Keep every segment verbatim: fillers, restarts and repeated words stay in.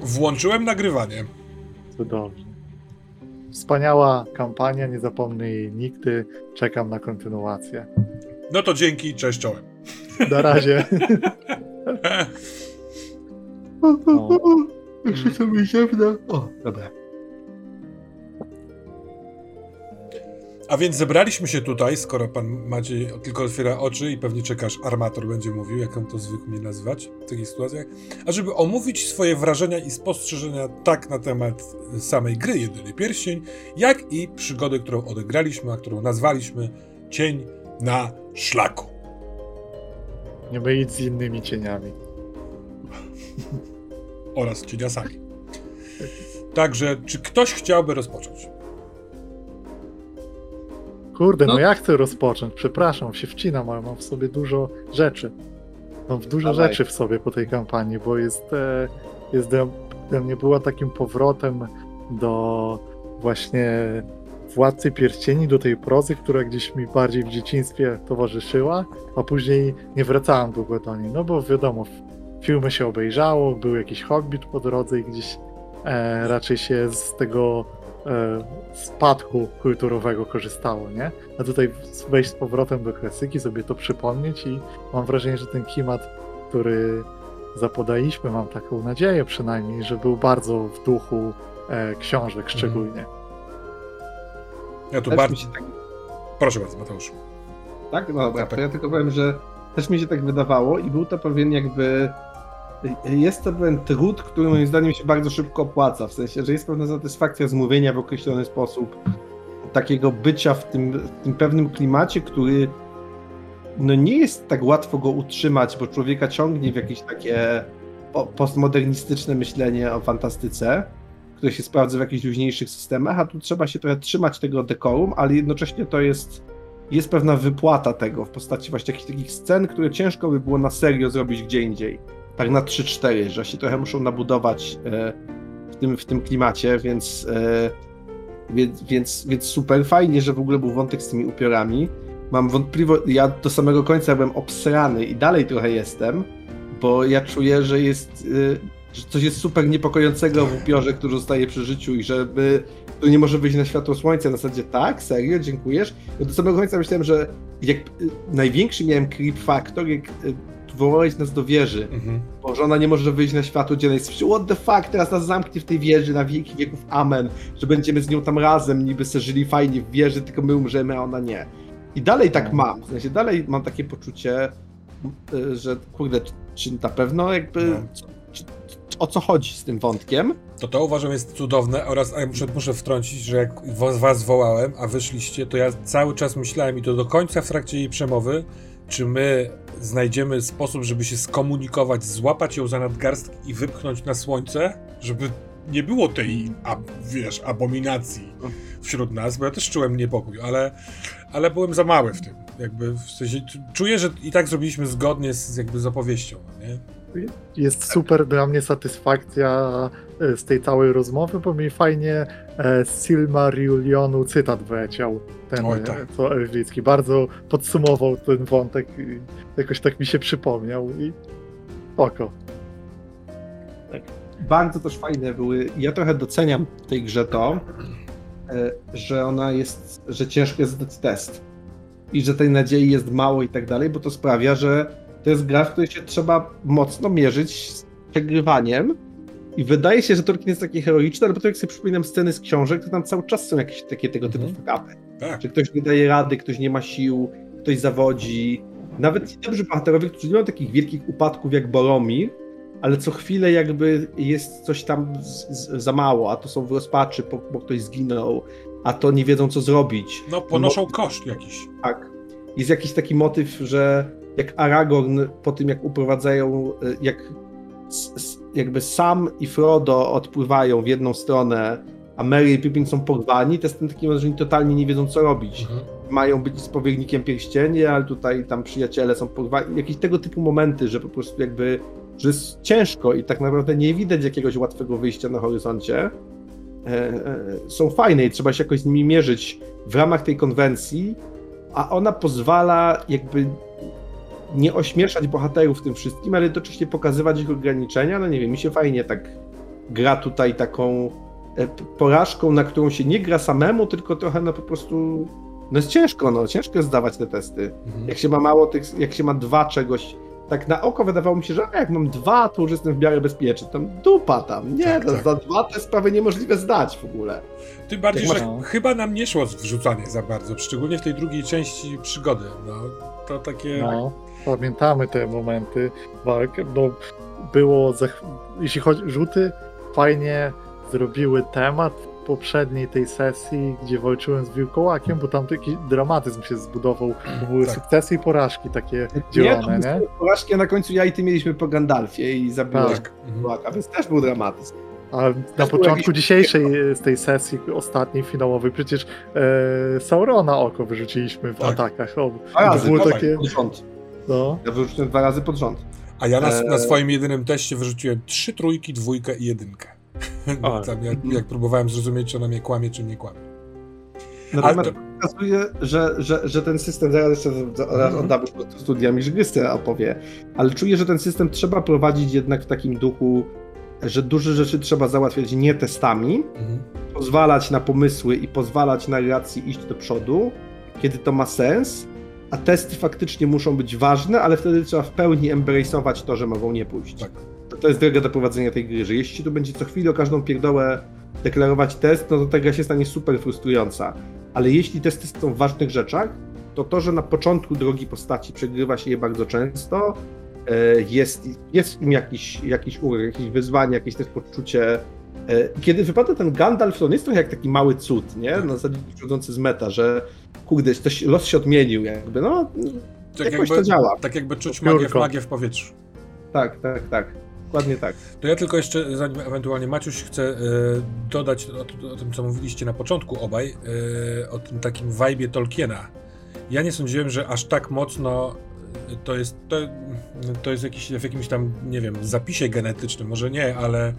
Włączyłem nagrywanie. Cudownie. Wspaniała kampania, nie zapomnę jej nigdy. Czekam na kontynuację. No to dzięki, cześć, czołem. Na razie. O, jeszcze sobie ziemna. O, dobra. A więc zebraliśmy się tutaj, skoro pan Maciej tylko otwiera oczy i pewnie czekasz, armator będzie mówił, jak on to zwykle nazywać w takich sytuacjach, a żeby omówić swoje wrażenia i spostrzeżenia tak na temat samej gry Jedyny Pierścień, jak i przygody, którą odegraliśmy, a którą nazwaliśmy Cień na szlaku. Nie mylić z innymi cieniami. Oraz cieniasami. Także, czy ktoś chciałby rozpocząć? Kurde, no, No. ja chcę rozpocząć. Przepraszam, się wcinam, ale mam w sobie dużo rzeczy. Mam dużo Dawaj. rzeczy w sobie po tej kampanii, bo jest, e, jest dla, dla mnie była takim powrotem do właśnie Władcy Pierścieni, do tej prozy, która gdzieś mi bardziej w dzieciństwie towarzyszyła, a później nie wracałem długo do niej, no bo wiadomo, filmy się obejrzało, był jakiś Hobbit po drodze i gdzieś e, raczej się z tego e, spadku kulturowego korzystało, nie? A tutaj wejść z powrotem do klasyki, sobie to przypomnieć i mam wrażenie, że ten klimat, który zapodaliśmy, mam taką nadzieję przynajmniej, że był bardzo w duchu e, książek szczególnie. Ja tu Też bardzo... mi się tak... Proszę bardzo, Mateusz. Tak? No dobra, Tak. to ja tylko powiem, że też mi się tak wydawało i był to pewien jakby... Jest to pewien trud, który moim zdaniem się bardzo szybko opłaca, w sensie, że jest pewna satysfakcja z mówienia w określony sposób, takiego bycia w tym, w tym pewnym klimacie, który no nie jest tak łatwo go utrzymać, bo człowieka ciągnie w jakieś takie po- postmodernistyczne myślenie o fantastyce, które się sprawdza w jakichś luźniejszych systemach, a tu trzeba się trochę trzymać tego dekorum, ale jednocześnie to jest, jest pewna wypłata tego w postaci właśnie jakichś takich scen, które ciężko by było na serio zrobić gdzie indziej. Tak na trzy cztery, że się trochę muszą nabudować e, w, tym, w tym klimacie, więc, e, więc, więc, więc super fajnie, że w ogóle był wątek z tymi upiorami. Mam wątpliwość, ja do samego końca byłem obsrany i dalej trochę jestem, bo ja czuję, że jest, e, że coś jest super niepokojącego w upiorze, który zostaje przy życiu i żeby tu nie może wyjść na światło słońca. Na zasadzie tak, serio, dziękujesz. Ja do samego końca myślałem, że jak e, największy miałem creep factor, jak e, wołałeś nas do wieży, Mhm. bo że ona nie może wyjść na światło dzienne. Jest what the fuck, teraz nas zamknie w tej wieży na wieki wieków, amen, że będziemy z nią tam razem, niby se żyli fajnie w wieży, tylko my umrzemy, a ona nie. I dalej tak mam, w sensie dalej mam takie poczucie, y, że kurde, czy na pewno jakby, No. czy, czy, o co chodzi z tym wątkiem? To to uważam jest cudowne oraz a ja muszę, muszę wtrącić, że jak was, was wołałem, a wyszliście, to ja cały czas myślałem i to do końca w trakcie jej przemowy, czy my znajdziemy sposób, żeby się skomunikować, złapać ją za nadgarstki i wypchnąć na słońce, żeby nie było tej, a, wiesz, abominacji wśród nas, bo ja też czułem niepokój, ale, ale byłem za mały w tym. Jakby w sensie, czuję, że i tak zrobiliśmy zgodnie z, jakby z opowieścią, nie? Jest super dla mnie satysfakcja e, z tej całej rozmowy, bo mi fajnie e, z Silmarillionu cytat wleciał, ten Oj, e, tak. co Elwicki. Bardzo podsumował ten wątek i jakoś tak mi się przypomniał i spoko. Bardzo też fajne były, ja trochę doceniam w tej grze to, e, że ona jest, że ciężko jest zdać test i że tej nadziei jest mało i tak dalej, bo to sprawia, że to jest gra, w której się trzeba mocno mierzyć z przegrywaniem i wydaje się, że Tolkien jest taki heroiczny, ale potem jak sobie przypominam sceny z książek, to tam cały czas są jakieś takie tego typu Mhm. fuck-upy. Tak. Że ktoś nie daje rady, ktoś nie ma sił, ktoś zawodzi. Nawet ci dobrzy bohaterowie, którzy nie mają takich wielkich upadków jak Boromir, ale co chwilę jakby jest coś tam z, z, za mało, a to są w rozpaczy, bo, bo ktoś zginął, a to nie wiedzą co zrobić. No, ponoszą koszt jakiś. Tak. Jest jakiś taki motyw, że jak Aragorn po tym jak uprowadzają, jak s, s, jakby Sam i Frodo odpływają w jedną stronę, a Merry i Pippin są porwani, to jest ten taki moment, że oni totalnie nie wiedzą co robić. Mhm. Mają być spowiednikiem pierścieni, ale tutaj tam przyjaciele są porwani. Jakieś tego typu momenty, że po prostu jakby, że jest ciężko i tak naprawdę nie widać jakiegoś łatwego wyjścia na horyzoncie. E, e, są fajne i trzeba się jakoś z nimi mierzyć w ramach tej konwencji, a ona pozwala jakby nie ośmieszać bohaterów w tym wszystkim, ale jednocześnie pokazywać ich ograniczenia. No nie wiem, mi się fajnie tak gra tutaj taką porażką, na którą się nie gra samemu, tylko trochę no po prostu no jest ciężko, no ciężko jest zdawać te testy. Mhm. Jak się ma mało tych, jak się ma dwa czegoś, tak na oko wydawało mi się, że jak mam dwa, to już jestem w miarę bezpieczny, tam dupa tam, nie, tak, to tak. Za dwa te sprawy niemożliwe zdać w ogóle. Tym bardziej, że masz... chyba nam nie szło wrzucanie za bardzo, szczególnie w tej drugiej części przygody, no to takie... No, pamiętamy te momenty walk, no było, zach... jeśli chodzi o rzuty, fajnie zrobiły temat w poprzedniej tej sesji, gdzie walczyłem z wilkołakiem, bo tam taki dramatyzm się zbudował, bo były tak. sukcesy i porażki takie dzielone, nie? nie? Porażki, a na końcu ja i ty mieliśmy po Gandalfie i zabiłeś tak. wilkołaka, więc też był dramatyzm. A na początku jakiś... dzisiejszej z tej sesji, ostatniej, finałowej, przecież e, Saurona oko wyrzuciliśmy w tak. atakach. O, dwa razy było pod, takie... pod rząd. No. Ja wyrzuciłem dwa razy pod rząd. A ja na, na swoim jedynym teście wyrzuciłem trzy trójki, dwójkę i jedynkę. No, tam jak, jak próbowałem zrozumieć, czy ona mnie kłamie, czy nie kłamie. Natomiast to pokazuje, że, że, że ten system, zaraz jeszcze zaraz mm-hmm. oddamy studia Miszgrysty opowie, ale czuję, że ten system trzeba prowadzić jednak w takim duchu, że duże rzeczy trzeba załatwiać nie testami, mm-hmm. pozwalać na pomysły i pozwalać narracji iść do przodu, kiedy to ma sens, a testy faktycznie muszą być ważne, ale wtedy trzeba w pełni embrace'ować to, że mogą nie pójść. Tak. To jest droga do prowadzenia tej gry, że jeśli tu będzie co chwilę o każdą pierdołę deklarować test, no to ta gra się stanie super frustrująca. Ale jeśli testy są w ważnych rzeczach, to to, że na początku drogi postaci przegrywa się je bardzo często, jest, jest w tym jakiś, jakiś urok, jakieś wyzwanie, jakieś też poczucie. Kiedy wypada ten Gandalf, to on jest trochę jak taki mały cud, nie? Na zasadzie przychodzący z meta, że kurde, coś, los się odmienił jakby, no tak jakoś jakby, to działa. Tak jakby czuć magię w, magię w powietrzu. Tak, tak, tak. Dokładnie tak. To ja tylko jeszcze, zanim ewentualnie Maciuś chce y, dodać o, o tym, co mówiliście na początku obaj, y, o tym takim vibe'ie Tolkiena. Ja nie sądziłem, że aż tak mocno y, to jest, to, to jest jakiś, w jakimś tam, nie wiem, zapisie genetycznym, może nie, ale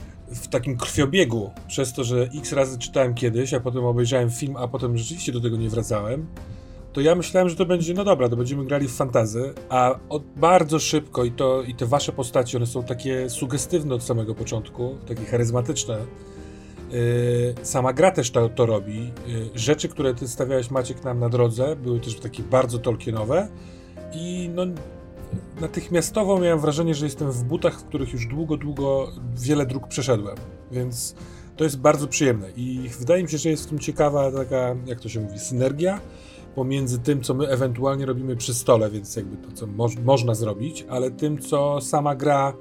w takim krwiobiegu, przez to, że x razy czytałem kiedyś, a potem obejrzałem film, a potem rzeczywiście do tego nie wracałem, to ja myślałem, że to będzie, no dobra, to będziemy grali w fantazy, a od bardzo szybko i to i te wasze postacie, one są takie sugestywne od samego początku, takie charyzmatyczne. Yy, sama gra też to, to robi. Yy, rzeczy, które ty stawiałeś, Maciek, nam na drodze, były też takie bardzo Tolkienowe i no natychmiastowo miałem wrażenie, że jestem w butach, w których już długo, długo wiele dróg przeszedłem, więc to jest bardzo przyjemne i wydaje mi się, że jest w tym ciekawa taka, jak to się mówi, synergia pomiędzy tym, co my ewentualnie robimy przy stole, więc jakby to, co mo- można zrobić, ale tym, co sama gra,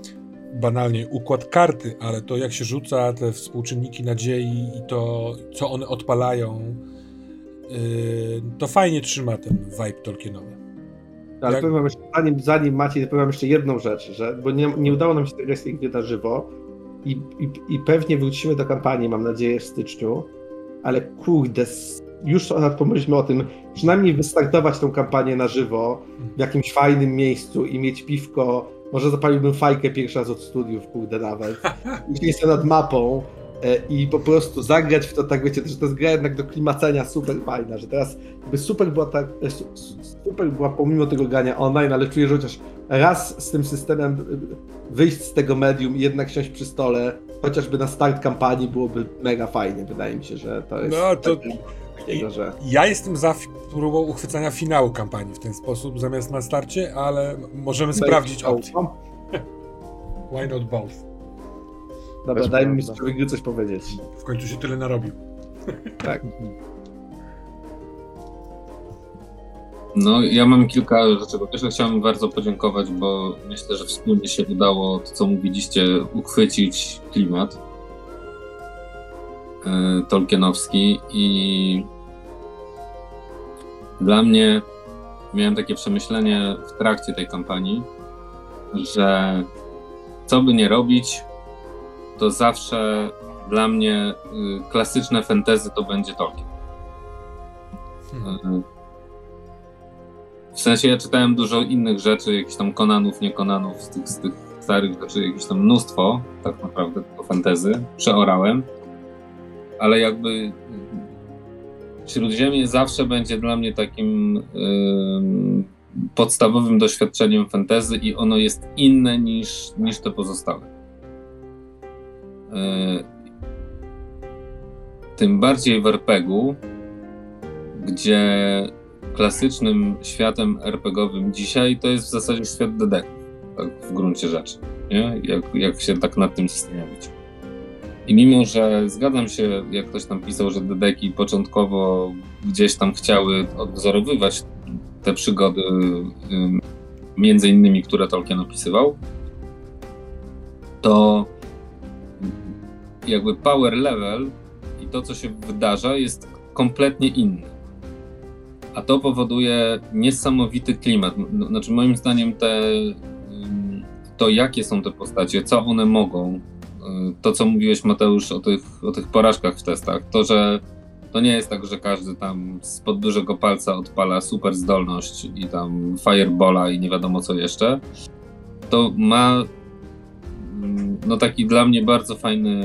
banalnie układ karty, ale to, jak się rzuca te współczynniki nadziei i to, co one odpalają, yy, to fajnie trzyma ten vibe Tolkienowy. Ale jak... powiem wam jeszcze, zanim, zanim Maciej, powiem wam jeszcze jedną rzecz, że, bo nie, nie udało nam się tego grać tej gry na żywo i, i, i pewnie wrócimy do kampanii, mam nadzieję, w styczniu, ale kurde, już pomyślmy o tym, przynajmniej wystartować tą kampanię na żywo w jakimś fajnym miejscu i mieć piwko, może zapaliłbym fajkę pierwszy raz od studiów, kurde nawet, i sobie nad mapą e, i po prostu zagrać w to, tak wiecie, że to jest gra jednak do klimacenia super fajna, że teraz by super była tak, super była pomimo tego grania online, ale czuję, że chociaż raz z tym systemem wyjść z tego medium i jednak siąść przy stole, chociażby na start kampanii byłoby mega fajnie, wydaje mi się, że to jest... No to... Takiego, że... Ja jestem za próbą uchwycenia finału kampanii w ten sposób, zamiast na starcie, ale możemy Daj sprawdzić opcję. Why not both? Dobra, daj mi mistrzowi gry coś powiedzieć. W końcu się tyle narobił. Tak. No, ja mam kilka rzeczy. Po pierwsze chciałem bardzo podziękować, bo myślę, że wspólnie się udało to, co mówiliście, uchwycić klimat yy, tolkienowski i dla mnie miałem takie przemyślenie w trakcie tej kampanii, że co by nie robić, to zawsze dla mnie yy, klasyczne fantasy to będzie Tolkien. Hmm. Yy, W sensie ja czytałem dużo innych rzeczy, jakichś tam Conanów, nie Conanów, z tych, z tych starych rzeczy, jakieś tam mnóstwo, tak naprawdę, tylko fantasy, przeorałem, ale jakby Śródziemie zawsze będzie dla mnie takim yy, podstawowym doświadczeniem fantasy i ono jest inne niż, niż te pozostałe. Tym bardziej w er pe gie u, gdzie klasycznym światem er pe gie owym dzisiaj to jest w zasadzie świat dedeków, tak w gruncie rzeczy, nie? Jak, jak się tak nad tym zastanowić. I mimo, że zgadzam się, jak ktoś tam pisał, że dedeki początkowo gdzieś tam chciały odwzorowywać te przygody, między innymi, które Tolkien opisywał, to jakby power level i to, co się wydarza, jest kompletnie inny. A to powoduje niesamowity klimat. Znaczy, moim zdaniem te, to, jakie są te postacie, co one mogą, to, co mówiłeś, Mateusz, o tych, o tych porażkach w testach, to, że to nie jest tak, że każdy tam spod dużego palca odpala super zdolność i tam firebola i nie wiadomo co jeszcze, to ma no taki dla mnie bardzo fajny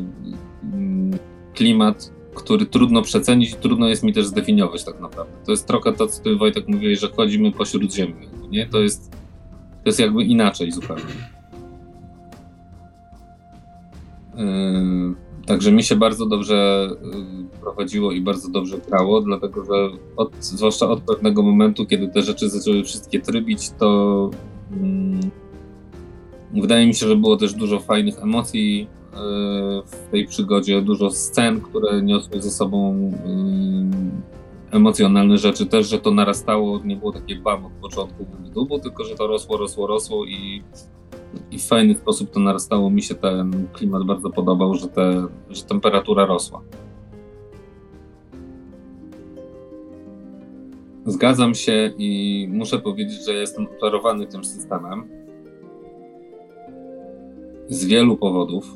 klimat, który trudno przecenić i trudno jest mi też zdefiniować tak naprawdę. To jest trochę to, co ty, Wojtek, mówiłeś, że chodzimy po Śródziemiu, nie? To jest, to jest jakby inaczej zupełnie. Yy, także mi się bardzo dobrze yy, prowadziło i bardzo dobrze grało, dlatego że od, zwłaszcza od pewnego momentu, kiedy te rzeczy zaczęły wszystkie trybić, to yy, wydaje mi się, że było też dużo fajnych emocji yy, w tej przygodzie, dużo scen, które niosły ze sobą yy, emocjonalne rzeczy, też, że to narastało, nie było takie bam od początku w dubu, tylko że to rosło, rosło, rosło i I w fajny sposób to narastało. Mi się ten klimat bardzo podobał, że, te, że temperatura rosła. Zgadzam się i muszę powiedzieć, że jestem oklarowany tym systemem. Z wielu powodów.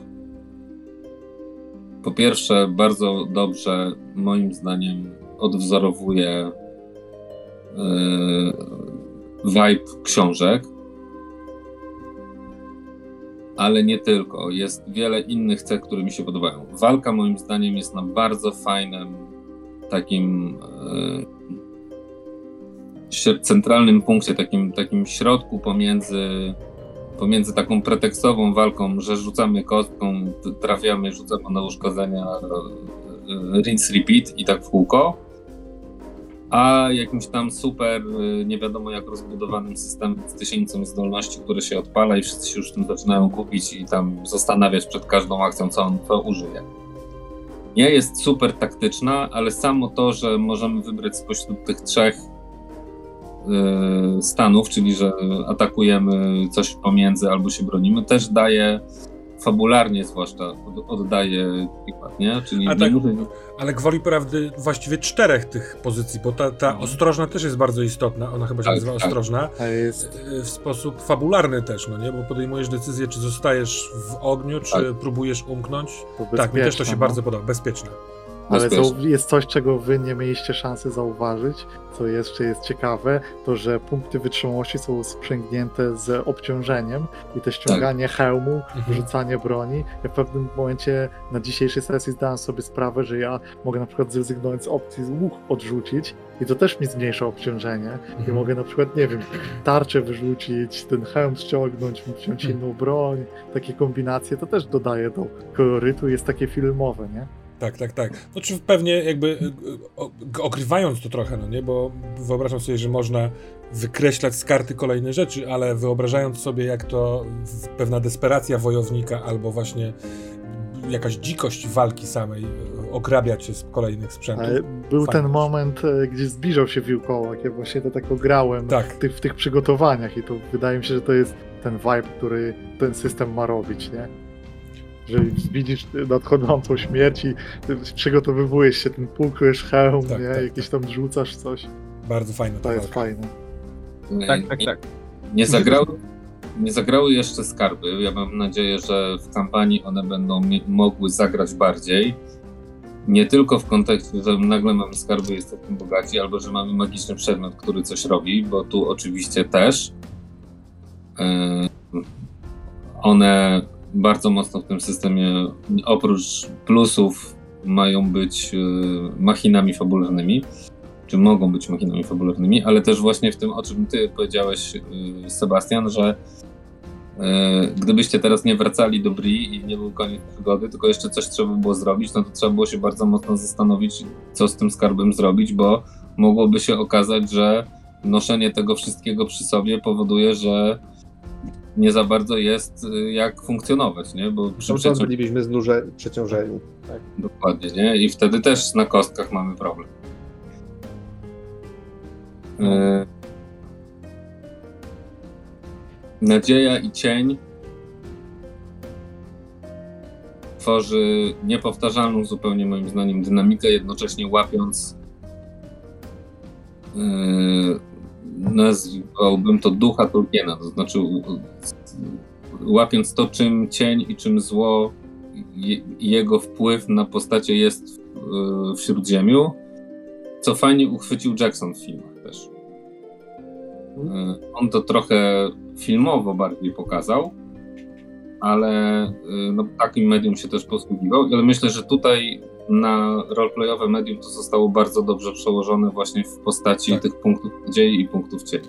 Po pierwsze, bardzo dobrze, moim zdaniem, odwzorowuje yy, vibe książek. Ale nie tylko. Jest wiele innych cech, które mi się podobają. Walka moim zdaniem jest na bardzo fajnym takim e, centralnym punkcie, takim, takim środku pomiędzy, pomiędzy taką pretekstową walką, że rzucamy kostką, trafiamy, rzucamy na uszkodzenia, e, rinse, repeat i tak w kółko, a jakimś tam super, nie wiadomo jak rozbudowanym systemem z tysięcem zdolności, które się odpala i wszyscy się już tym zaczynają kupić i tam zastanawiać przed każdą akcją, co on co użyje. Nie jest super taktyczna, ale samo to, że możemy wybrać spośród tych trzech yy, stanów, czyli że atakujemy coś pomiędzy albo się bronimy, też daje fabularnie zwłaszcza od, oddaje przykład, nie? Czyli A nie tak, muszę... ale gwoli prawdy właściwie czterech tych pozycji, bo ta, ta ostrożna też jest bardzo istotna, ona chyba się Tak, nazywa tak. ostrożna, A jest... w sposób fabularny też, no nie? Bo podejmujesz decyzję, czy zostajesz w ogniu, czy Tak. próbujesz umknąć. To Tak, mi też to się no. bardzo podoba, bezpieczne. Ale Bezpieczne. zau- jest coś, czego wy nie mieliście szansy zauważyć, co jeszcze jest ciekawe, to że punkty wytrzymałości są sprzęgnięte z obciążeniem i to ściąganie hełmu, wrzucanie broni. Ja w pewnym momencie na dzisiejszej sesji zdałem sobie sprawę, że ja mogę na przykład zrezygnować z opcji łuk odrzucić i to też mi zmniejsza obciążenie. I mogę na przykład, nie wiem, tarczę wyrzucić, ten hełm ściągnąć, wziąć inną broń. Takie kombinacje to też dodaje do kolorytu, jest takie filmowe, nie? Tak, tak, tak. Znaczy pewnie jakby o, okrywając to trochę, no nie, bo wyobrażam sobie, że można wykreślać z karty kolejne rzeczy, ale wyobrażając sobie, jak to pewna desperacja wojownika albo właśnie jakaś dzikość walki samej okrabiać się z kolejnych sprzętów. Ale był Fajne ten rzeczy. moment, gdzie zbliżał się wilkołak, ja właśnie to tak ograłem Tak. w, tych, w tych przygotowaniach i to wydaje mi się, że to jest ten vibe, który ten system ma robić, nie? Że widzisz nadchodzącą śmierć i przygotowywujesz się, ten pukujesz hełm, Tak, nie? tak, Jakieś tam rzucasz coś. Bardzo fajna ta To jest walka. fajne. Tak, tak, tak. Nie zagrały, nie zagrały jeszcze skarby. Ja mam nadzieję, że w kampanii one będą mi- mogły zagrać bardziej. Nie tylko w kontekście, że nagle mamy skarby, jesteśmy bogaci, albo że mamy magiczny przedmiot, który coś robi, bo tu oczywiście też. Yy, one bardzo mocno w tym systemie, oprócz plusów, mają być yy, machinami fabularnymi, czy mogą być machinami fabularnymi, ale też właśnie w tym, o czym ty powiedziałeś, yy, Sebastian, że Gdybyście teraz nie wracali do Bri i nie był koniec przygody, tylko jeszcze coś trzeba było zrobić, no to trzeba było się bardzo mocno zastanowić, co z tym skarbem zrobić, bo mogłoby się okazać, że noszenie tego wszystkiego przy sobie powoduje, że nie za bardzo jest jak funkcjonować, nie? Bo przy Cały czas przeciąg... bylibyśmy znuże, przeciążeni. Tak. Dokładnie, nie? I wtedy też na kostkach mamy problem. Yy... Nadzieja i cień tworzy niepowtarzalną zupełnie moim zdaniem dynamikę, jednocześnie łapiąc yy, nazwałbym to ducha Tolkiena, to znaczy łapiąc to, czym cień i czym zło i jego wpływ na postacie jest w, w Śródziemiu, co fajnie uchwycił Jackson w filmach też. Yy, on to trochę filmowo bardziej pokazał, ale yy, no, takim medium się też posługiwał, ale myślę, że tutaj na roleplayowe medium to zostało bardzo dobrze przełożone właśnie w postaci tak. tych punktów nadziei i punktów cieni.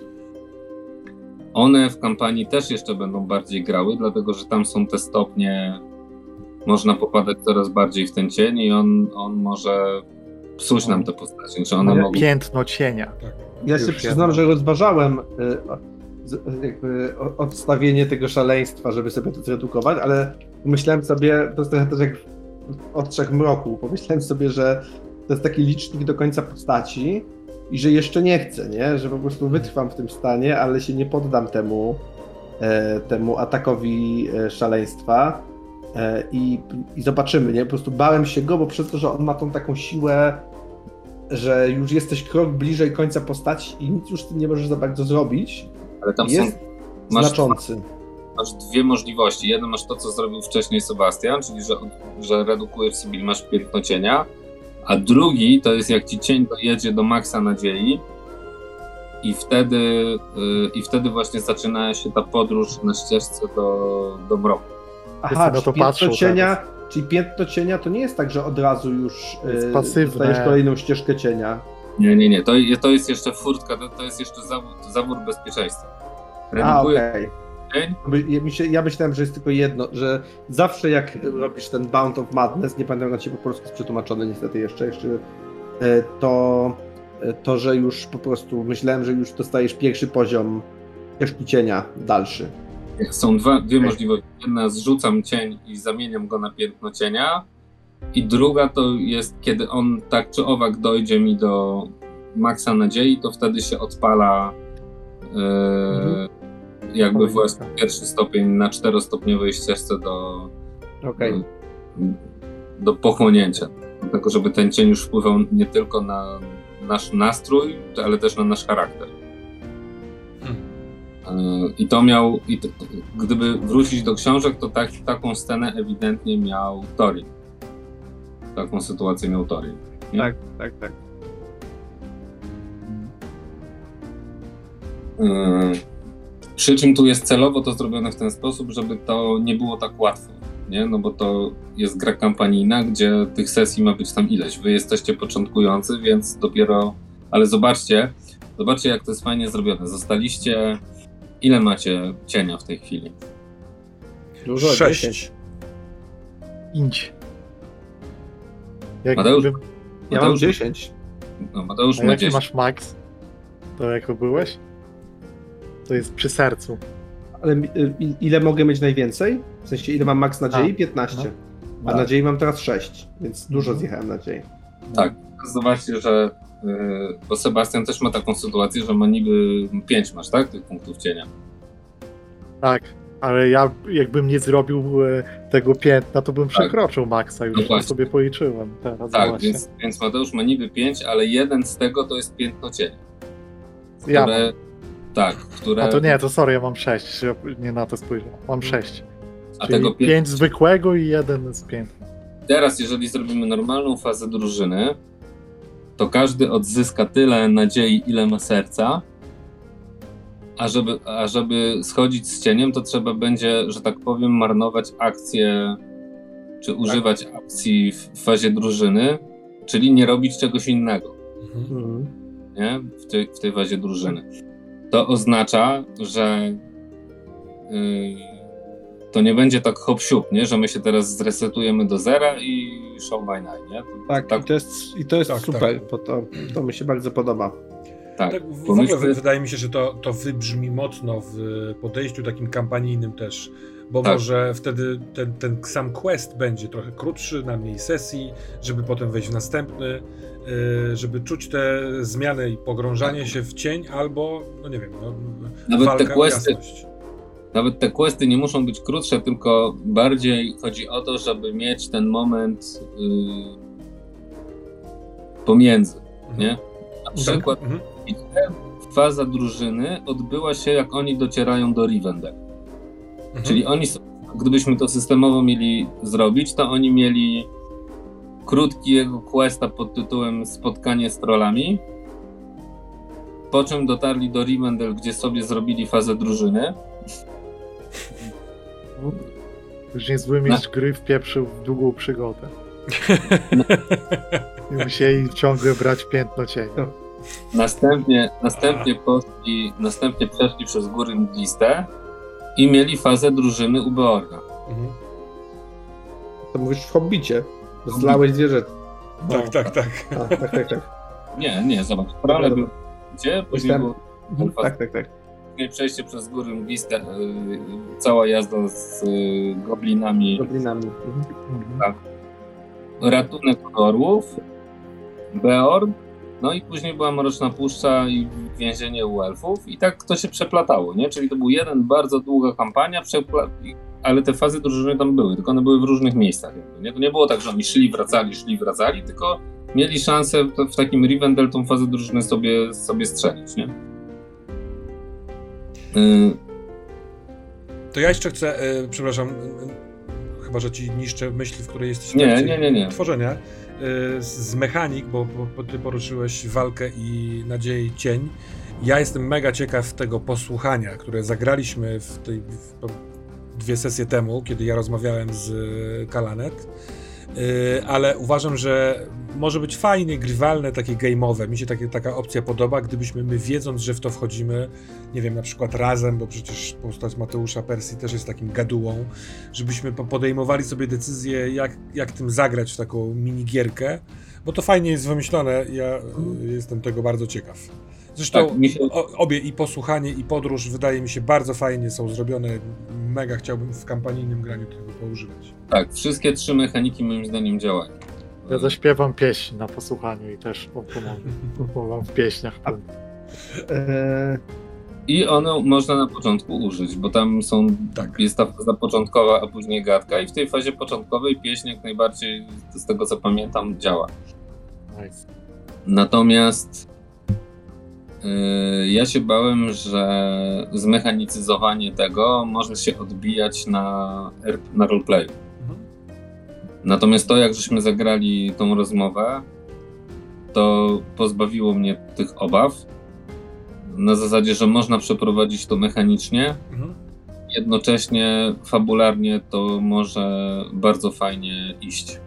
One w kampanii też jeszcze będą bardziej grały, dlatego że tam są te stopnie, można popadać coraz bardziej w ten cień i on, on może psuć nam te postacie. Że one mogą... Piętno cienia. Ja się przyznam, że rozważałem jakby odstawienie tego szaleństwa, żeby sobie to zredukować, ale myślałem sobie, to jest trochę też jak w Ostrzech Mroku, pomyślałem sobie, że to jest taki licznik do końca postaci i że jeszcze nie chcę, nie? Że po prostu wytrwam w tym stanie, ale się nie poddam temu, e, temu atakowi e, szaleństwa e, i, i zobaczymy, nie? Po prostu bałem się go, bo przez to, że on ma tą taką siłę, że już jesteś krok bliżej końca postaci i nic już z tym nie możesz za bardzo zrobić, ale tam jest są, masz znaczący. Dwa, masz dwie możliwości. Jedno masz to, co zrobił wcześniej Sebastian, czyli że, że redukuje w sobie, masz piętno cienia, a drugi to jest jak ci cień dojedzie do maksa nadziei i wtedy, yy, i wtedy właśnie zaczyna się ta podróż na ścieżce do, do mroku. Aha, no to piętno cienia, czyli piętno cienia to nie jest tak, że od razu już yy, dostajesz kolejną ścieżkę cienia. Nie, nie, nie. To, to jest jeszcze furtka, to, to jest jeszcze zawór, zawór bezpieczeństwa. Redukuje A, okej. Okay. Ja myślałem, że jest tylko jedno, że zawsze jak robisz ten Bound of Madness, nie pamiętam na ciebie po polsku jest przetłumaczony niestety jeszcze, jeszcze to, to, że już po prostu myślałem, że już dostajesz pierwszy poziom ścieżki cienia, dalszy. Są dwa, dwie okay. możliwości. Jedna, zrzucam cień i zamieniam go na piętno cienia i druga to jest, kiedy on tak czy owak dojdzie mi do maksa nadziei, to wtedy się odpala yy, mhm. jakby Powiem właśnie tak. pierwszy stopień na czterostopniowej ścieżce do, okay. do, do pochłonięcia. Dlatego, żeby ten cień już wpływał nie tylko na nasz nastrój, ale też na nasz charakter. Hmm. I to miał, i to, gdyby wrócić do książek, to tak, taką scenę ewidentnie miał Thorin. Taką sytuację miał Thorin. Nie? Tak, tak, tak. Hmm. Przy czym tu jest celowo to zrobione w ten sposób, żeby to nie było tak łatwo, nie? No bo to jest gra kampanijna, gdzie tych sesji ma być tam ileś. Wy jesteście początkujący, więc dopiero... Ale zobaczcie, zobaczcie jak to jest fajnie zrobione. Zostaliście... Ile macie cienia w tej chwili? Dużo, Sześć. dziesięć. Pięć. Mateusz? Ja Mateusz, mam dziesięć. No, Mateusz A ma jaki dziesięć. masz max? To jako byłeś? To jest przy sercu. Ale ile mogę mieć najwięcej? W sensie ile mam max nadziei? piętnaście. No. A tak. Nadziei mam teraz sześć, więc dużo zjechałem nadziei. Tak. Zobaczcie, że yy, bo Sebastian też ma taką sytuację, że ma niby pięć masz, tak? Tych punktów cienia. Tak, ale ja jakbym nie zrobił tego piętna, to bym przekroczył tak. maksa, już no to sobie policzyłem. Teraz tak, więc, więc Mateusz ma niby pięć, ale jeden z tego to jest piętno cienia. Które, ja tak, które... A to nie, to sorry, ja mam sześć, ja nie na to spojrzałem. Mam sześć. A Czyli tego pięć... pięć zwykłego i jeden z piętna. Teraz, jeżeli zrobimy normalną fazę drużyny, to każdy odzyska tyle nadziei, ile ma serca, a żeby, a żeby schodzić z cieniem, to trzeba będzie, że tak powiem, marnować akcję, czy używać tak. akcji w fazie drużyny, czyli nie robić czegoś innego. Mhm. Nie? W, tej, w tej fazie drużyny. To oznacza, że yy, to nie będzie tak hop siup, nie? Że my się teraz zresetujemy do zera i show by night, nie? To, Tak, tak, i to jest, i to jest Tak, super, tak. bo to, to mi się bardzo podoba. tak. Tak, w, w Pomyślmy- ogóle wydaje mi się, że to, to wybrzmi mocno w podejściu takim kampanijnym też, bo Tak. może wtedy ten, ten sam quest będzie trochę krótszy, na mniej sesji, żeby potem wejść w następny, yy, żeby czuć te zmiany i pogrążanie się w cień, albo, no nie wiem, no, Nawet walka te questy- o jasność. Nawet te questy nie muszą być krótsze, tylko bardziej chodzi o to, żeby mieć ten moment yy, pomiędzy, nie? Na przykład Mhm. faza drużyny odbyła się, jak oni docierają do Rivendell. Mhm. Czyli oni, są- gdybyśmy to systemowo mieli zrobić, to oni mieli krótkiego questa pod tytułem Spotkanie z trollami, po czym dotarli do Rivendell, gdzie sobie zrobili fazę drużyny. Później zły mistrz gry wpieprzył w długą przygodę. I musieli ciągle brać piętno cienia. Następnie, następnie poszli, następnie przeszli przez góry mgliste i mieli fazę drużyny u Beorna. Mhm. To mówisz w Hobbicie. Zlałeś dwie rzeczy. Tak, tak, tak. A, tak, tak, tak. Nie, nie, zobacz, Trolle Dobra, był gdzie? Później Myślałem- było Mhm, tak, tak, tak. później przejście przez góry mgliste, yy, cała jazda z yy, goblinami, Goblinami. Mhm. ratunek od orłów, Beorn, no i później była Mroczna Puszcza i więzienie u elfów i tak to się przeplatało, nie? Czyli to był jeden bardzo długa kampania, przepla- ale te fazy drużyny tam były, tylko one były w różnych miejscach. Jakby, nie? To nie było tak, że oni szli, wracali, szli, wracali, tylko mieli szansę w, w takim Rivendell tą fazę drużyny sobie, sobie strzelić, nie? Yy, To ja jeszcze chcę, e, przepraszam, e, chyba, że ci niszczę myśli, w której jesteś w Nie, trakcie nie, nie, nie. tworzenia. E, z mechanik, bo, bo, bo ty poruszyłeś walkę i nadzieję i cień. Ja jestem mega ciekaw tego posłuchania, które zagraliśmy w tej w, dwie sesje temu, kiedy ja rozmawiałem z Kalanet. Yy, ale uważam, że może być fajnie, grywalne, takie game'owe. Mi się takie, taka opcja podoba, gdybyśmy my, wiedząc, że w to wchodzimy, nie wiem, na przykład razem, bo przecież postać Mateusza Persji też jest takim gadułą, żebyśmy po- podejmowali sobie decyzję, jak, jak tym zagrać w taką minigierkę, bo to fajnie jest wymyślone, ja y, jestem tego bardzo ciekaw. Zresztą Tak, mi się- o, obie, i posłuchanie, i podróż, wydaje mi się, bardzo fajnie są zrobione. Mega chciałbym w kampanijnym graniu tego poużywać. tak, wszystkie trzy mechaniki moim zdaniem działają. Ja zaśpiewam pieśń na posłuchaniu i też wam pomogę. Pomogę w pieśniach. Eee, I one można na początku użyć, bo tam są, Tak. jest ta faza początkowa, a później gadka i w tej fazie początkowej pieśń jak najbardziej, z tego co pamiętam, działa. Nice. Natomiast yy, ja się bałem, że zmechanicyzowanie tego może się odbijać na, R- na roleplayu. Mhm. Natomiast to, jak żeśmy zagrali tą rozmowę, to pozbawiło mnie tych obaw. Na zasadzie, że można przeprowadzić to mechanicznie, Mhm. jednocześnie fabularnie to może bardzo fajnie iść.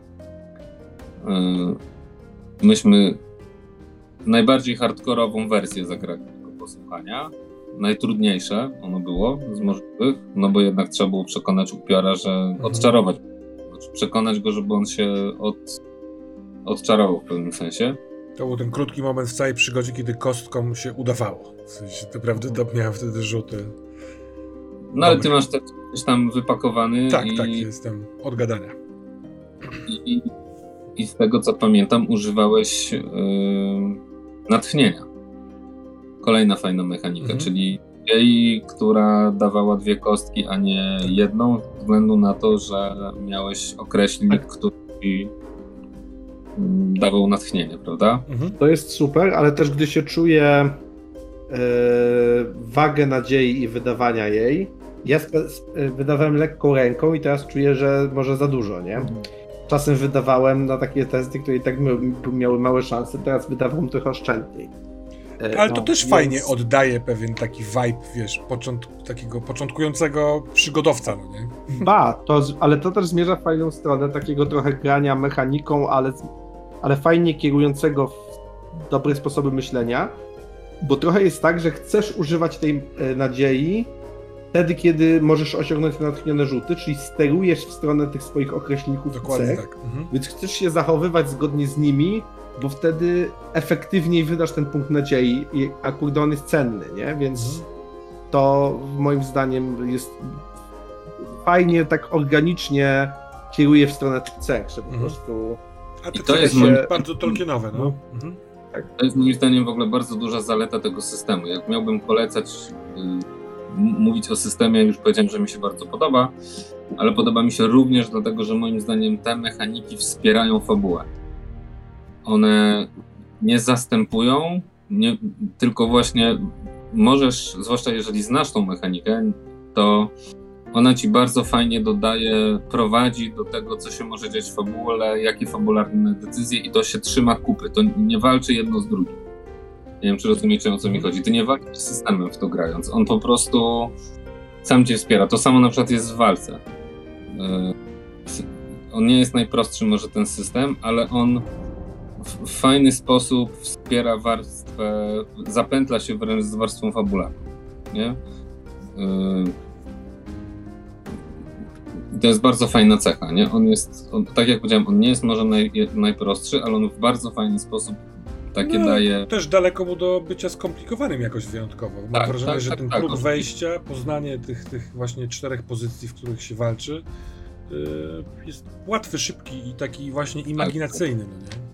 Yy, Myśmy najbardziej hardkorową wersję zagrali tego posłuchania. Najtrudniejsze ono było z możliwych, no bo jednak trzeba było przekonać upiora, że odczarować. Znaczy przekonać go, żeby on się od, odczarował w pewnym sensie. To był ten krótki moment w całej przygodzie, kiedy kostkom się udawało. W sensie, naprawdę to miałem wtedy rzuty. No ale Dobry. ty masz też coś tam wypakowany Tak, i, tak, jestem od gadania. i, i, i z tego co pamiętam używałeś yy, natchnienia. Kolejna fajna mechanika, Mhm. czyli jej, która dawała dwie kostki, a nie jedną, ze względu na to, że miałeś określnik, Tak. który ci mm, dawał natchnienie, prawda? Mhm. to jest super, ale też gdy się czuje e, wagę nadziei i wydawania jej, ja spe, sp- wydawałem lekką ręką i teraz czuję, że może za dużo, nie? Czasem wydawałem na takie testy, które i tak mia- miały małe szanse, teraz wydawałem trochę oszczędniej. E, Ale to no, też więc- fajnie oddaje pewien taki vibe, wiesz, począt, takiego początkującego przygodowca, no nie? Ba, to, z- ale to też zmierza w fajną stronę takiego trochę grania mechaniką, ale, z- ale fajnie kierującego w dobre sposoby myślenia, bo trochę jest tak, że chcesz używać tej e, nadziei, wtedy, kiedy możesz osiągnąć te natchnione rzuty, czyli sterujesz w stronę tych swoich określników Dokładnie cech, tak. Mhm. więc chcesz się zachowywać zgodnie z nimi, bo wtedy efektywniej wydasz ten punkt nadziei, a kurde on jest cenny, nie? Więc Mhm. to moim zdaniem jest fajnie, tak organicznie kieruje w stronę tych cech, że po Mhm. prostu... A te I to cechy jest są moim- bardzo tolkienowe, no. No. Mhm. To jest moim zdaniem w ogóle bardzo duża zaleta tego systemu. Jak miałbym polecać, y, m- mówić o systemie, już powiedziałem, że mi się bardzo podoba, ale podoba mi się również dlatego, że moim zdaniem te mechaniki wspierają fabułę. One nie zastępują, nie, tylko właśnie możesz, zwłaszcza jeżeli znasz tą mechanikę, to ona ci bardzo fajnie dodaje, prowadzi do tego, co się może dziać w fabule, jakie fabularne decyzje i to się trzyma kupy. To nie walczy jedno z drugim. Nie wiem, czy rozumiecie, o co mi chodzi. Ty nie walczysz z systemem w to grając. On po prostu sam cię wspiera. To samo na przykład jest w walce. Yy, On nie jest najprostszy może ten system, ale on w w fajny sposób wspiera warstwę, zapętla się wręcz z warstwą fabularną. Nie? Yy, To jest bardzo fajna cecha, nie? On jest, on, tak jak powiedziałem, on nie jest może naj, najprostszy, ale on w bardzo fajny sposób takie No, daje. Też daleko mu do bycia skomplikowanym jakoś wyjątkowo. Mam Tak, wrażenie, tak, że tak, ten tak, próg oczywiście. wejścia, poznanie tych, tych właśnie czterech pozycji, w których się walczy, yy, jest łatwy, szybki i taki właśnie imaginacyjny, no nie?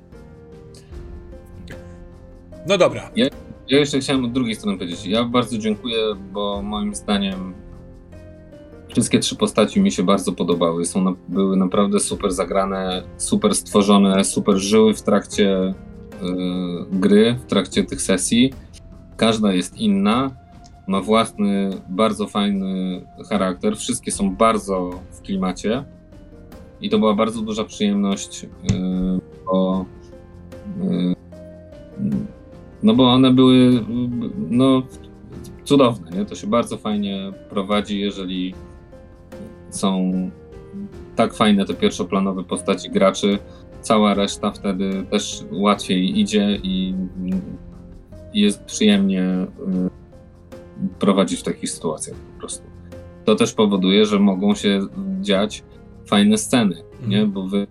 No dobra. Ja jeszcze chciałem od drugiej strony powiedzieć. Ja bardzo dziękuję, bo moim zdaniem wszystkie trzy postaci mi się bardzo podobały. Są na, były naprawdę super zagrane, super stworzone, super żyły w trakcie yy, gry, w trakcie tych sesji. Każda jest inna, ma własny, bardzo fajny charakter. Wszystkie są bardzo w klimacie i to była bardzo duża przyjemność, yy, bo yy, no bo one były yy, no, cudowne, nie? To się bardzo fajnie prowadzi, jeżeli są tak fajne te pierwszoplanowe postaci graczy, cała reszta wtedy też łatwiej idzie i, i jest przyjemnie y, prowadzić w takich sytuacjach po prostu. To też powoduje, że mogą się dziać fajne sceny, nie? Bo wy y,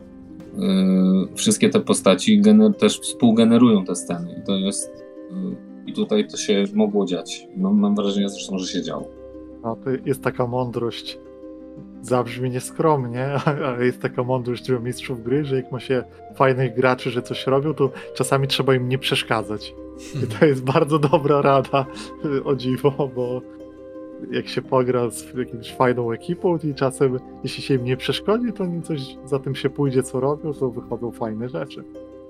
wszystkie te postaci gener- też współgenerują te sceny i to jest y, i tutaj to się mogło dziać. No, mam wrażenie zresztą, że się działo. No to jest taka mądrość. Zabrzmi nieskromnie, ale jest taka mądrość u mistrzów gry, że jak ma się fajnych graczy, że coś robią, to czasami trzeba im nie przeszkadzać. I to jest bardzo dobra rada, o dziwo, bo jak się pogra z jakimś fajną ekipą i czasem, jeśli się im nie przeszkodzi, to oni coś za tym się pójdzie, co robią, to wychodzą fajne rzeczy.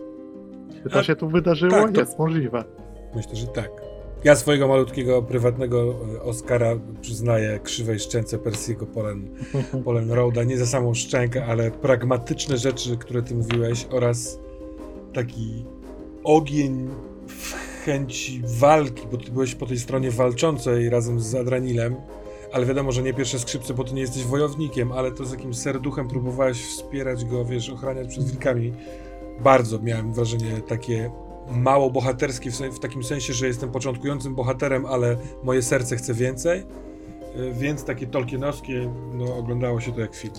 Czy to A, się tu wydarzyło? tak, to- Jest możliwe. Myślę, że tak. Ja swojego malutkiego, prywatnego e, Oscara przyznaję krzywej szczęce Percy'ego Polen, Polen Roada. Nie za samą szczękę, ale pragmatyczne rzeczy, które ty mówiłeś oraz taki ogień w chęci walki, bo ty byłeś po tej stronie walczącej razem z Adranilem, ale wiadomo, że nie pierwsze skrzypce, bo ty nie jesteś wojownikiem, ale to z jakimś serduchem próbowałeś wspierać go, wiesz, ochraniać przed wilkami. Bardzo miałem wrażenie takie mało bohaterskie, w, sen- w takim sensie, że jestem początkującym bohaterem, ale moje serce chce więcej, y, więc takie tolkienowskie, no oglądało się to jak film.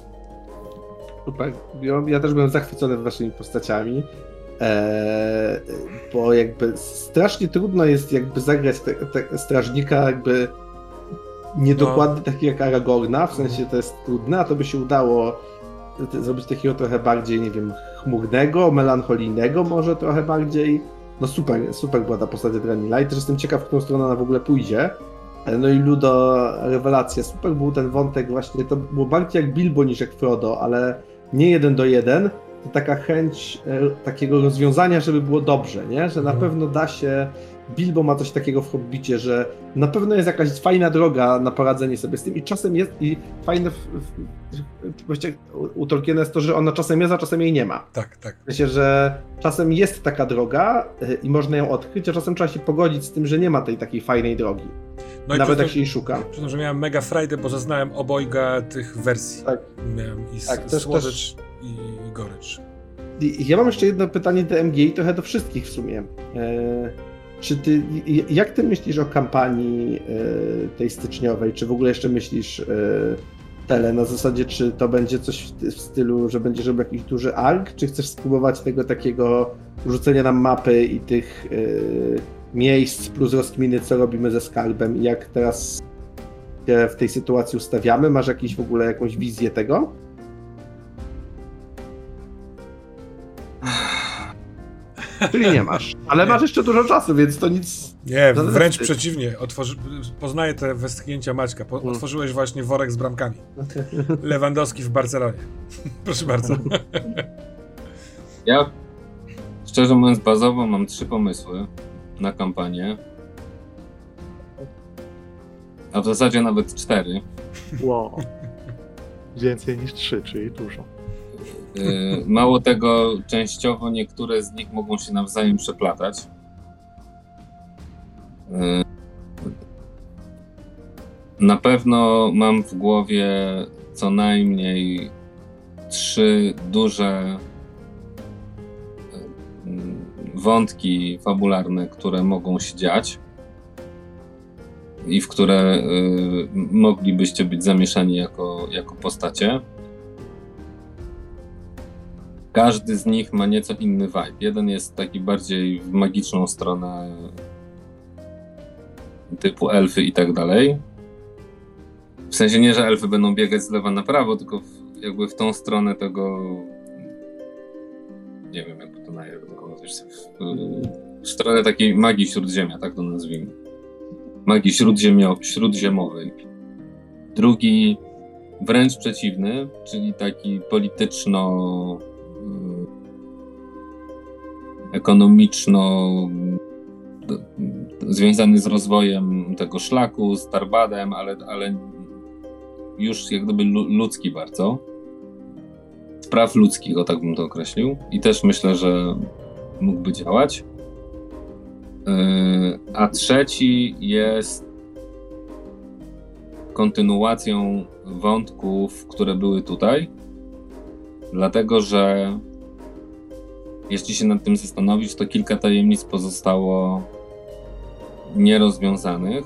Super. Ja, ja też byłem zachwycony waszymi postaciami, eee, bo jakby strasznie trudno jest jakby zagrać te, te strażnika jakby niedokładnie No. takiego jak Aragorna, w sensie to jest trudne, a to by się udało te, zrobić takiego trochę bardziej, nie wiem, chmurnego, melancholijnego może trochę bardziej. No super, super była ta postać Adranila i też jestem ciekaw, w którą stronę ona w ogóle pójdzie. No i Ludo, rewelacja, super był ten wątek właśnie, to było bardziej jak Bilbo niż jak Frodo, ale nie jeden do jeden, to taka chęć e, takiego rozwiązania, żeby było dobrze, nie? Że na Mhm. pewno da się, Bilbo ma coś takiego w Hobbicie, że na pewno jest jakaś fajna droga na poradzenie sobie z tym i czasem jest, i fajne w, w, właściwie u, u Tolkiena jest to, że ona czasem jest, a czasem jej nie ma. Tak, tak. W sensie, że czasem jest taka droga y, i można ją odkryć, a czasem trzeba się pogodzić z tym, że nie ma tej takiej fajnej drogi. No i Nawet przez jak to- się jej szuka. Przyznam, że miałem mega frajdę, bo zaznałem obojga tych wersji. Tak. Miałem i s- Tak, też- słodycz i, i gorycz. I ja mam jeszcze jedno pytanie do M G i trochę do wszystkich w sumie. E, czy ty, jak ty myślisz o kampanii y, tej styczniowej? Czy w ogóle jeszcze myślisz y, tele na zasadzie, czy to będzie coś w, w stylu, że będziesz robił jakiś duży ark, czy chcesz spróbować tego takiego rzucenia nam mapy i tych y, miejsc plus rozkminy, co robimy ze skarbem i jak teraz się w tej sytuacji ustawiamy? Masz jakiś w ogóle jakąś wizję tego? Czyli nie masz, ale Nie. masz jeszcze dużo czasu, więc to nic... Nie, Żaden wręcz wstyd. przeciwnie. Otworzy... Poznaję te westchnięcia Maćka. Po... Mm. Otworzyłeś właśnie worek z bramkami. Lewandowski w Barcelonie. Proszę bardzo. Ja, szczerze mówiąc, bazowo mam trzy pomysły na kampanię. A w zasadzie nawet cztery. Wow. Więcej niż trzy, czyli dużo. Yy, Mało tego, częściowo niektóre z nich mogą się nawzajem przeplatać. Yy, Na pewno mam w głowie co najmniej trzy duże yy, wątki fabularne, które mogą się dziać i w które yy, moglibyście być zamieszani jako, jako postacie. Każdy z nich ma nieco inny vibe. Jeden jest taki bardziej w magiczną stronę, typu elfy i tak dalej. W sensie nie, że elfy będą biegać z lewa na prawo, tylko w, jakby w tą stronę tego... Nie wiem, jakby to nazwać. W stronę takiej magii śródziemia, tak to nazwijmy. Magii śródziemio, śródziemowej. Drugi wręcz przeciwny, czyli taki polityczno... ekonomiczno związany z rozwojem tego szlaku, z Tarbadem, ale, ale już jak gdyby ludzki bardzo. Spraw ludzkich, o tak bym to określił. I też myślę, że mógłby działać. A trzeci jest kontynuacją wątków, które były tutaj. Dlatego, że jeśli się nad tym zastanowić, to kilka tajemnic pozostało nierozwiązanych.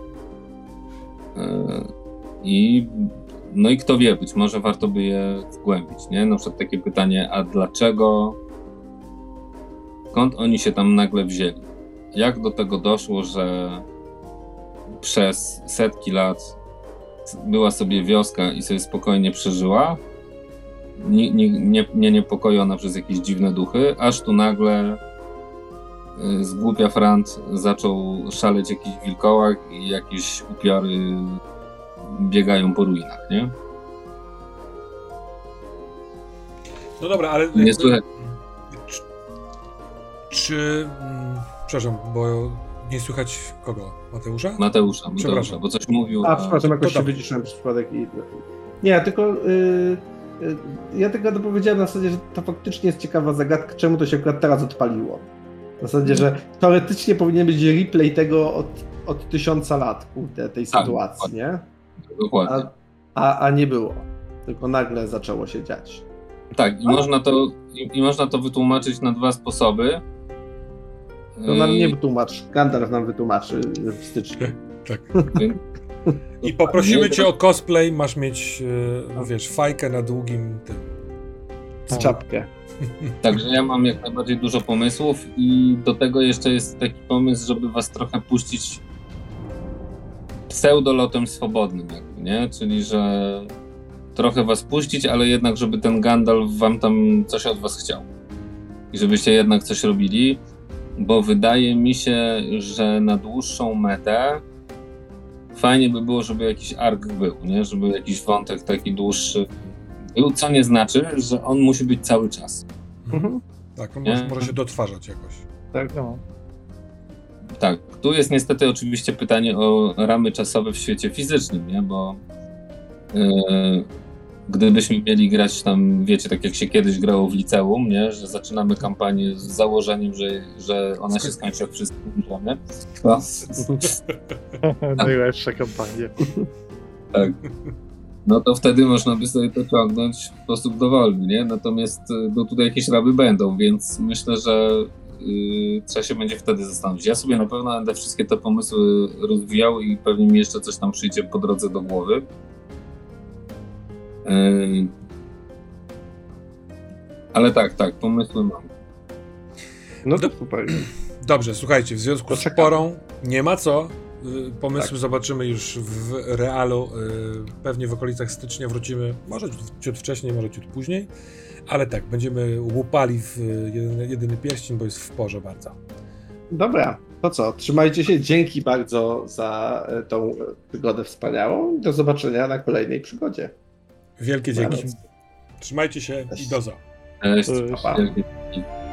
I no i kto wie, być może warto by je zgłębić, nie? Na przykład takie pytanie, a dlaczego, skąd oni się tam nagle wzięli? Jak do tego doszło, że przez setki lat była sobie wioska i sobie spokojnie przeżyła, nie, nie, nie, nie niepokojona przez jakieś dziwne duchy, aż tu nagle zgłupia Frant zaczął szaleć jakiś wilkołak i jakieś upiory biegają po ruinach, nie? No dobra, ale... Nie słychać. Czy... czy mm, przepraszam, bo nie słychać kogo? Mateusza? Mateusza, Mateusza, bo coś mówił... A, przepraszam, jakoś to się tam. wyciszyłem przez przypadek i... Nie, tylko... Yy, yy, ja tylko dopowiedziałem na zasadzie, że to faktycznie jest ciekawa zagadka, czemu to się akurat teraz odpaliło. Na zasadzie, że teoretycznie powinien być replay tego od, od tysiąca lat, kurde, tej Tak, sytuacji, dokładnie. nie? Dokładnie. A, a, a nie było. Tylko nagle zaczęło się dziać. Tak, i można, to, i, i można to wytłumaczyć na dwa sposoby. To nam nie Yy, wytłumacz, Gandalf nam wytłumaczy w styczniu. Tak. Yy, I poprosimy Nie, cię o cosplay, masz mieć, yy, no wiesz, fajkę na długim tym. Z czapkę. Także ja mam jak najbardziej dużo pomysłów i do tego jeszcze jest taki pomysł, żeby was trochę puścić pseudolotem swobodnym jakby, nie? Czyli, że trochę was puścić, ale jednak, żeby ten Gandalf wam tam coś od was chciał. I żebyście jednak coś robili, bo wydaje mi się, że na dłuższą metę fajnie by było, żeby jakiś ark był, nie? Żeby jakiś wątek taki dłuższy był, co nie znaczy, że on musi być cały czas. Mhm. Tak, on Nie? może, może się dotrważać jakoś. Tak, no. Tak, tu jest niestety oczywiście pytanie o ramy czasowe w świecie fizycznym, nie? Bo yy, gdybyśmy mieli grać tam, wiecie, tak jak się kiedyś grało w liceum, nie? Że zaczynamy kampanię z założeniem, że, że ona się skończy, jak wszyscy umrzemy. To, Najlepsza kampania. tak. No to wtedy można by sobie to ciągnąć w sposób dowolny, nie? Natomiast no tutaj jakieś ramy będą, więc myślę, że yy, trzeba się będzie wtedy zastanowić. Ja sobie na pewno będę wszystkie te pomysły rozwijał i pewnie mi jeszcze coś tam przyjdzie po drodze do głowy. Yy, ale tak, tak, pomysły mam. No to super. Dobrze, słuchajcie, w związku z Poczekamy. porą nie ma co. Y, Pomysły Tak. zobaczymy już w realu, y, pewnie w okolicach stycznia wrócimy, może ciut wcześniej, może ciut później, ale tak, będziemy łupali w jedyny, jedyny pierścień, bo jest w porze bardzo. Dobra, to co? Trzymajcie się. Dzięki bardzo za e, tą e, przygodę wspaniałą. Do zobaczenia na kolejnej przygodzie. Wielkie dzięki. Dobranoc. Trzymajcie się i dozo. Cześć. Cześć. Pa. Wielkie dzięki.